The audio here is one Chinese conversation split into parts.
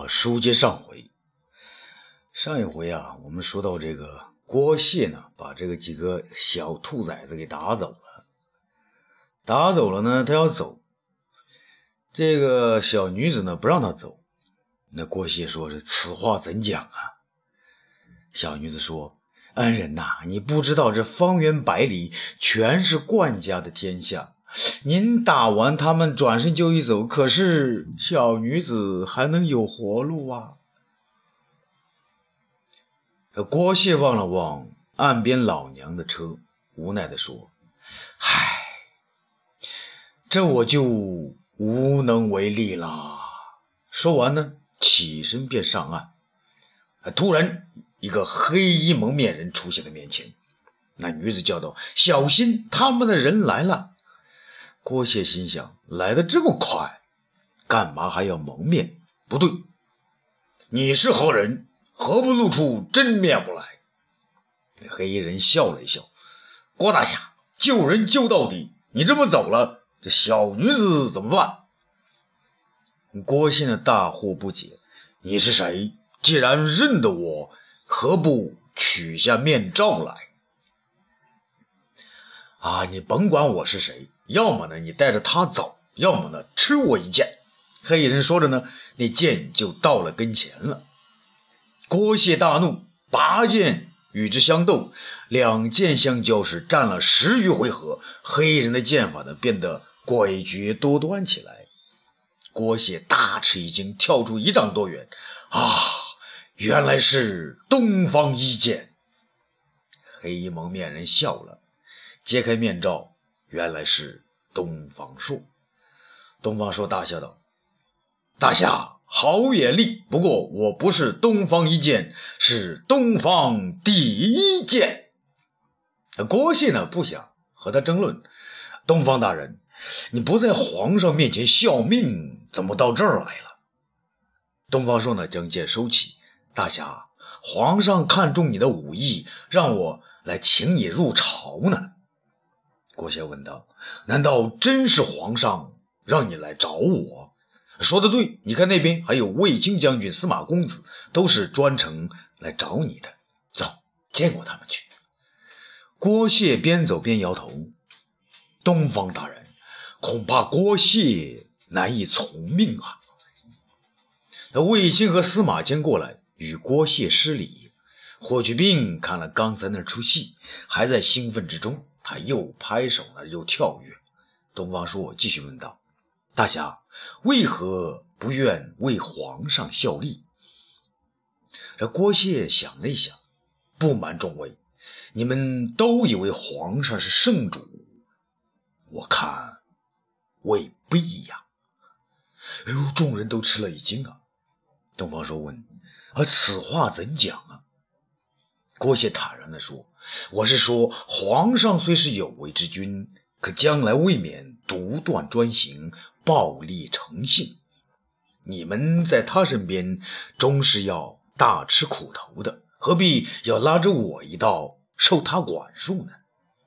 书接上回，上一回我们说到这个郭谢呢，把这个几个小兔崽子给打走了。打走了呢，他要走，这个小女子呢不让他走。那郭谢说是此话怎讲啊？小女子说：恩人呐，你不知道这方圆百里全是冠家的天下，您打完他们转身就一走，可是小女子还能有活路啊。郭谢望了望岸边老娘的车，无奈地说：唉，这我就无能为力啦。说完呢，起身便上岸。突然一个黑衣蒙面人出现在面前，那女子叫道：小心，他们的人来了。郭谢心想，来得这么快，干嘛还要蒙面？不对，你是何人？何不露出真面目来？那黑衣人笑了一笑：郭大侠，救人救到底，你这么走了，这小女子怎么办？郭谢呢大惑不解：你是谁？既然认得我，何不取下面罩来？你甭管我是谁，要么呢你带着他走，要么呢吃我一剑。黑衣人说着呢，那剑就到了跟前了。郭谢大怒，拔剑与之相斗，两剑相交时战了10余回合，黑衣人的剑法呢变得诡谲多端起来。郭谢大吃一惊，跳出1丈多远。原来是东方一剑。黑衣蒙面人笑了，揭开面罩，原来是东方朔。东方朔大笑道：大侠好眼力，不过我不是东方一剑，是东方第一剑。郭谢呢不想和他争论。东方大人，你不在皇上面前效命，怎么到这儿来了？东方朔呢将剑收起：大侠，皇上看中你的武艺，让我来请你入朝呢。郭谢问道：难道真是皇上让你来找我？说得对，你看那边还有卫青将军、司马公子，都是专程来找你的。走，见过他们去。郭谢边走边摇头：东方大人，恐怕郭谢难以从命啊。卫青和司马迁过来与郭谢施礼。霍去病看了刚才那出戏，还在兴奋之中，他又拍手呢又跳跃。东方朔继续问道：大侠，为何不愿为皇上效力？这郭谢想了一想：不瞒众位，你们都以为皇上是圣主，我看未必呀。众人都吃了一惊啊。东方朔问：此话怎讲啊？郭谢坦然地说：我是说，皇上虽是有为之君，可将来未免独断专行，暴力成性。你们在他身边终是要大吃苦头的，何必要拉着我一道受他管束呢？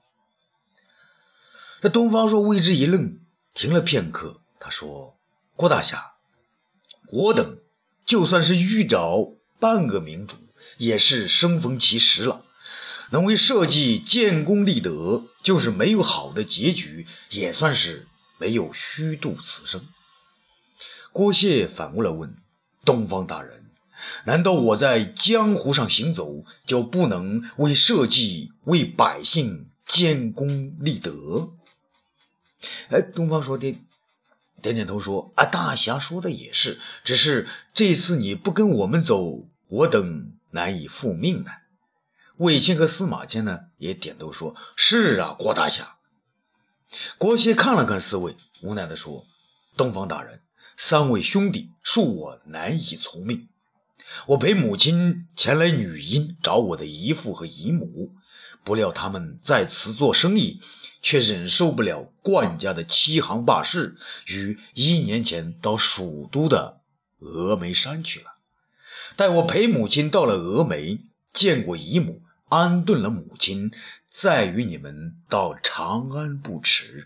这东方朔为之一愣，停了片刻，他说：郭大侠，我等就算是遇着半个明主，也是生逢其时了。能为社稷建功立德，就是没有好的结局，也算是没有虚度此生。郭谢反过来问：东方大人，难道我在江湖上行走，就不能为社稷为百姓建功立德？东方朔点点头说：大侠说的也是，只是这次你不跟我们走，我等难以复命呢。卫青和司马迁呢也点头说：是啊，郭大侠。郭谢看了看四位，无奈地说：东方大人，3位兄弟恕我难以从命。我陪母亲前来女阴找我的姨父和姨母，不料他们在此做生意，却忍受不了冠家的欺行霸市，于1年前到蜀都的峨眉山去了。待我陪母亲到了峨眉，见过姨母，安顿了母亲，再与你们到长安不迟。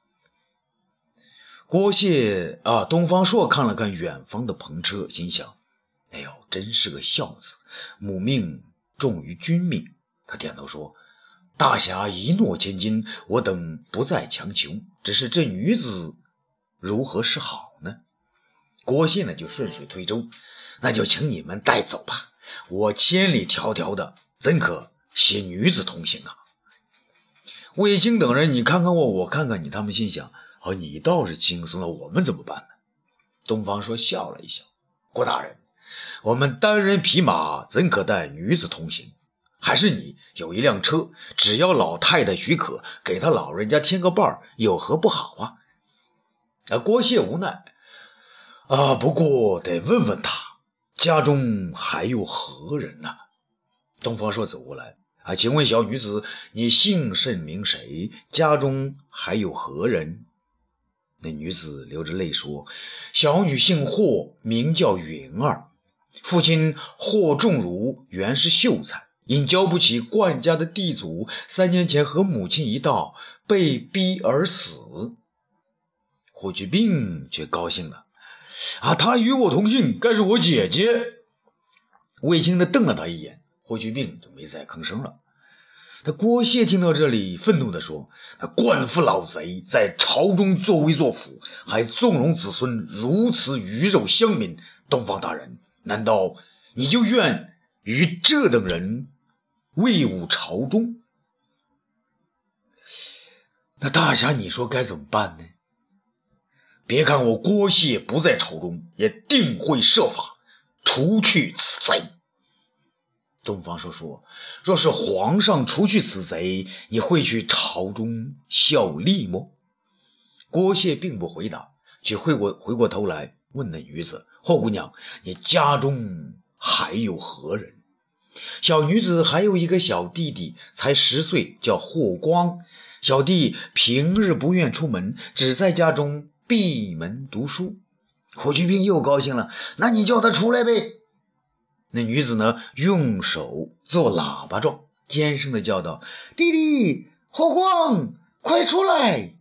郭谢东方朔看了看远方的篷车，心想： 哎呦，真是个孝子，母命重于君命。他点头说，大侠一诺千金，我等不再强求，只是这女子如何是好呢？郭谢呢就顺水推舟，那就请你们带走吧，我千里迢迢的，怎可携女子同行啊？卫青等人你看看我，我看看你，他们心想，你倒是轻松了，我们怎么办呢？东方朔笑了一笑，郭大人，我们单人匹马怎可带女子同行？还是你有一辆车，只要老太太许可，给他老人家添个伴，有何不好啊？郭谢无奈，不过得问问他家中还有何人呢？东方朔走过来，请问小女子，你姓甚名谁？家中还有何人？那女子流着泪说，小女姓霍，名叫云儿，父亲霍仲儒原是秀才，因交不起冠家的地主，3年前和母亲一道被逼而死。霍去病却高兴了，她与我同姓，该是我姐姐。卫青的瞪了他一眼，霍去病就没再吭声了。郭谢听到这里愤怒地说，官府老贼在朝中作威作福，还纵容子孙如此鱼肉乡民，东方大人，难道你就愿与这等人为伍朝中？那大侠你说该怎么办呢？别看我郭谢不在朝中，也定会设法除去此贼。东方朔说，若是皇上除去此贼，你会去朝中效力吗？郭谢并不回答，却回过头来问那女子，霍姑娘，你家中还有何人？小女子还有一个小弟弟，才10岁，叫霍光。小弟平日不愿出门，只在家中闭门读书。霍去病又高兴了，那你叫他出来呗。那女子呢，用手做喇叭状，尖声的叫道，弟弟霍光，快出来。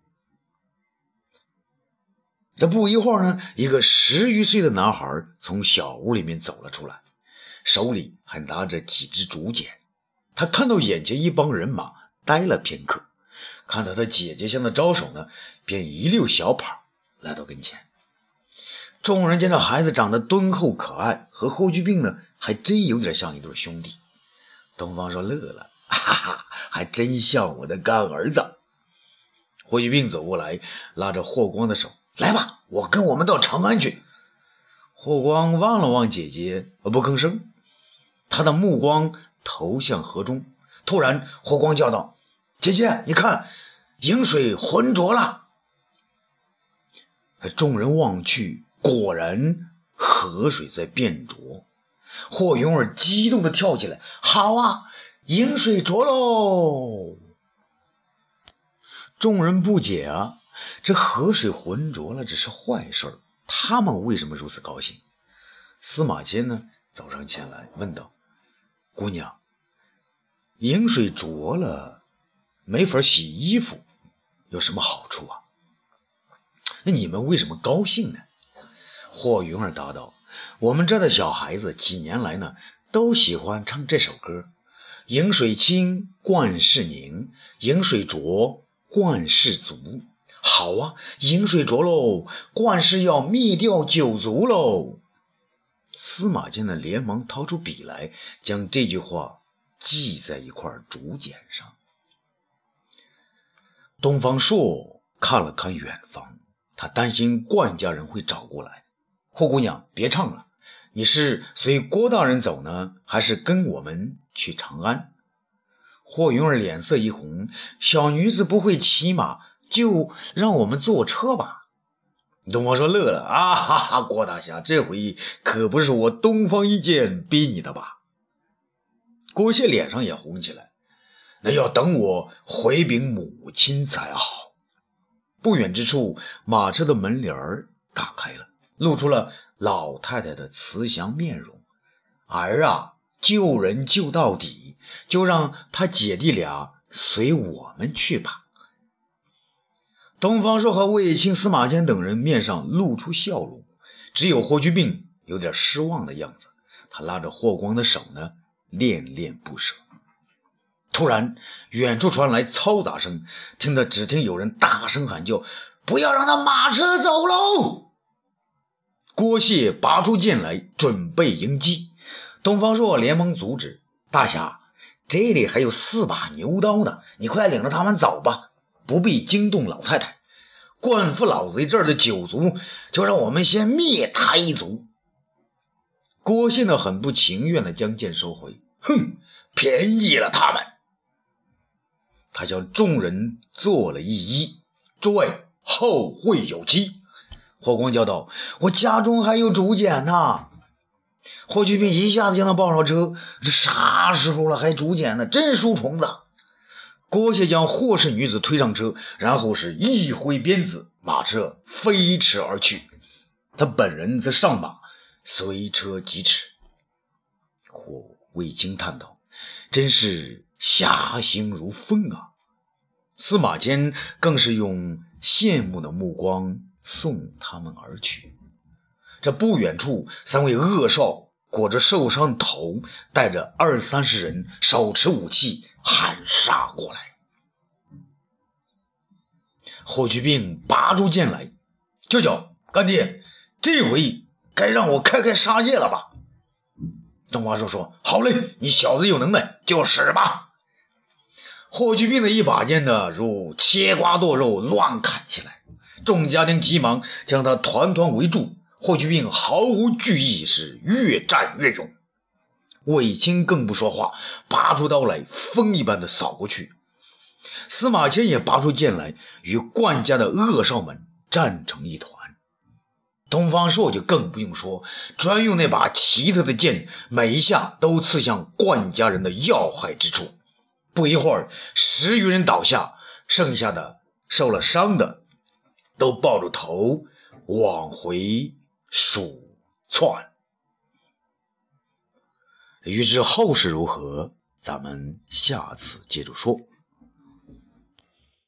这不一会儿呢，一个10余岁的男孩从小屋里面走了出来，手里还拿着几支竹简。他看到眼前一帮人马，呆了片刻，看到他姐姐向他招手呢，便一溜小跑来到跟前。众人见这孩子长得敦厚可爱，和霍去病呢还真有点像一对兄弟。东方朔乐了，哈哈，还真像我的干儿子。霍去病走过来，拉着霍光的手，来吧，我跟我们到长安去。霍光望了望姐姐，不吭声，他的目光投向河中。突然霍光叫道，姐姐你看，颍水浑浊了。众人望去，果然河水在变浊。霍云儿激动地跳起来，好啊，颍水浊喽！众人不解啊，这河水浑浊了只是坏事，他们为什么如此高兴？司马迁呢走上前来问道，姑娘，颍水浊了没法洗衣服，有什么好处啊？那你们为什么高兴呢？霍云儿答道，我们这儿的小孩子几年来呢都喜欢唱这首歌，颍水清冠是宁，颍水浊冠是足。好啊，颍水浊喽，冠是要灭掉九族喽。司马迁呢连忙掏出笔来，将这句话记在一块竹简上。东方朔看了看远方，他担心冠家人会找过来。霍姑娘别唱了，你是随郭大人走呢，还是跟我们去长安？霍云儿脸色一红，小女子不会骑马，就让我们坐车吧。东方朔乐了，哈哈，郭大侠，这回可不是我东方一剑逼你的吧？郭谢脸上也红起来，那要等我回禀母亲才好。不远之处，马车的门帘打开了，露出了老太太的慈祥面容。儿啊，救人救到底，就让他姐弟俩随我们去吧。东方朔和卫青、司马迁等人面上露出笑容，只有霍去病有点失望的样子。 他拉着霍光的手呢，恋恋不舍。突然远处传来嘈杂声，只听有人大声喊叫：不要让他马车走喽！郭谢拔出剑来准备迎击，东方朔连忙阻止：大侠，这里还有4把牛刀呢，你快领着他们走吧，不必惊动老太太，灌服老贼这儿的9族，就让我们先灭他一族。郭谢呢很不情愿地将剑收回，哼，便宜了他们。他向众人做了一揖：诸位后会有期。霍光叫道：我家中还有竹简呢。霍去病一下子将他抱上车，这啥时候了还竹简呢，真书虫子。郭谢将霍氏女子推上车，然后是一挥鞭子，马车飞驰而去，他本人则上马随车疾驰。霍卫青叹道：真是侠行如风啊。司马迁更是用羡慕的目光送他们而去。这不远处，3位恶少裹着受伤头，带着20-30人，手持武器喊杀过来。霍去病拔出剑来：舅舅，干爹，这回该让我开开杀戒了吧？东方朔说：好嘞，你小子有能耐就使吧。霍去病的一把剑呢，如切瓜剁肉，乱砍起来。众家丁急忙将他团团围住，霍去病毫无惧意，是越战越勇。卫青更不说话，拔出刀来，风一般的扫过去。司马迁也拔出剑来，与冠家的恶少们战成一团。东方朔就更不用说，专用那把奇特的剑，每一下都刺向冠家人的要害之处。不一会儿，10余人倒下，剩下的受了伤的都抱着头往回鼠窜。欲知后事如何，咱们下次接着说。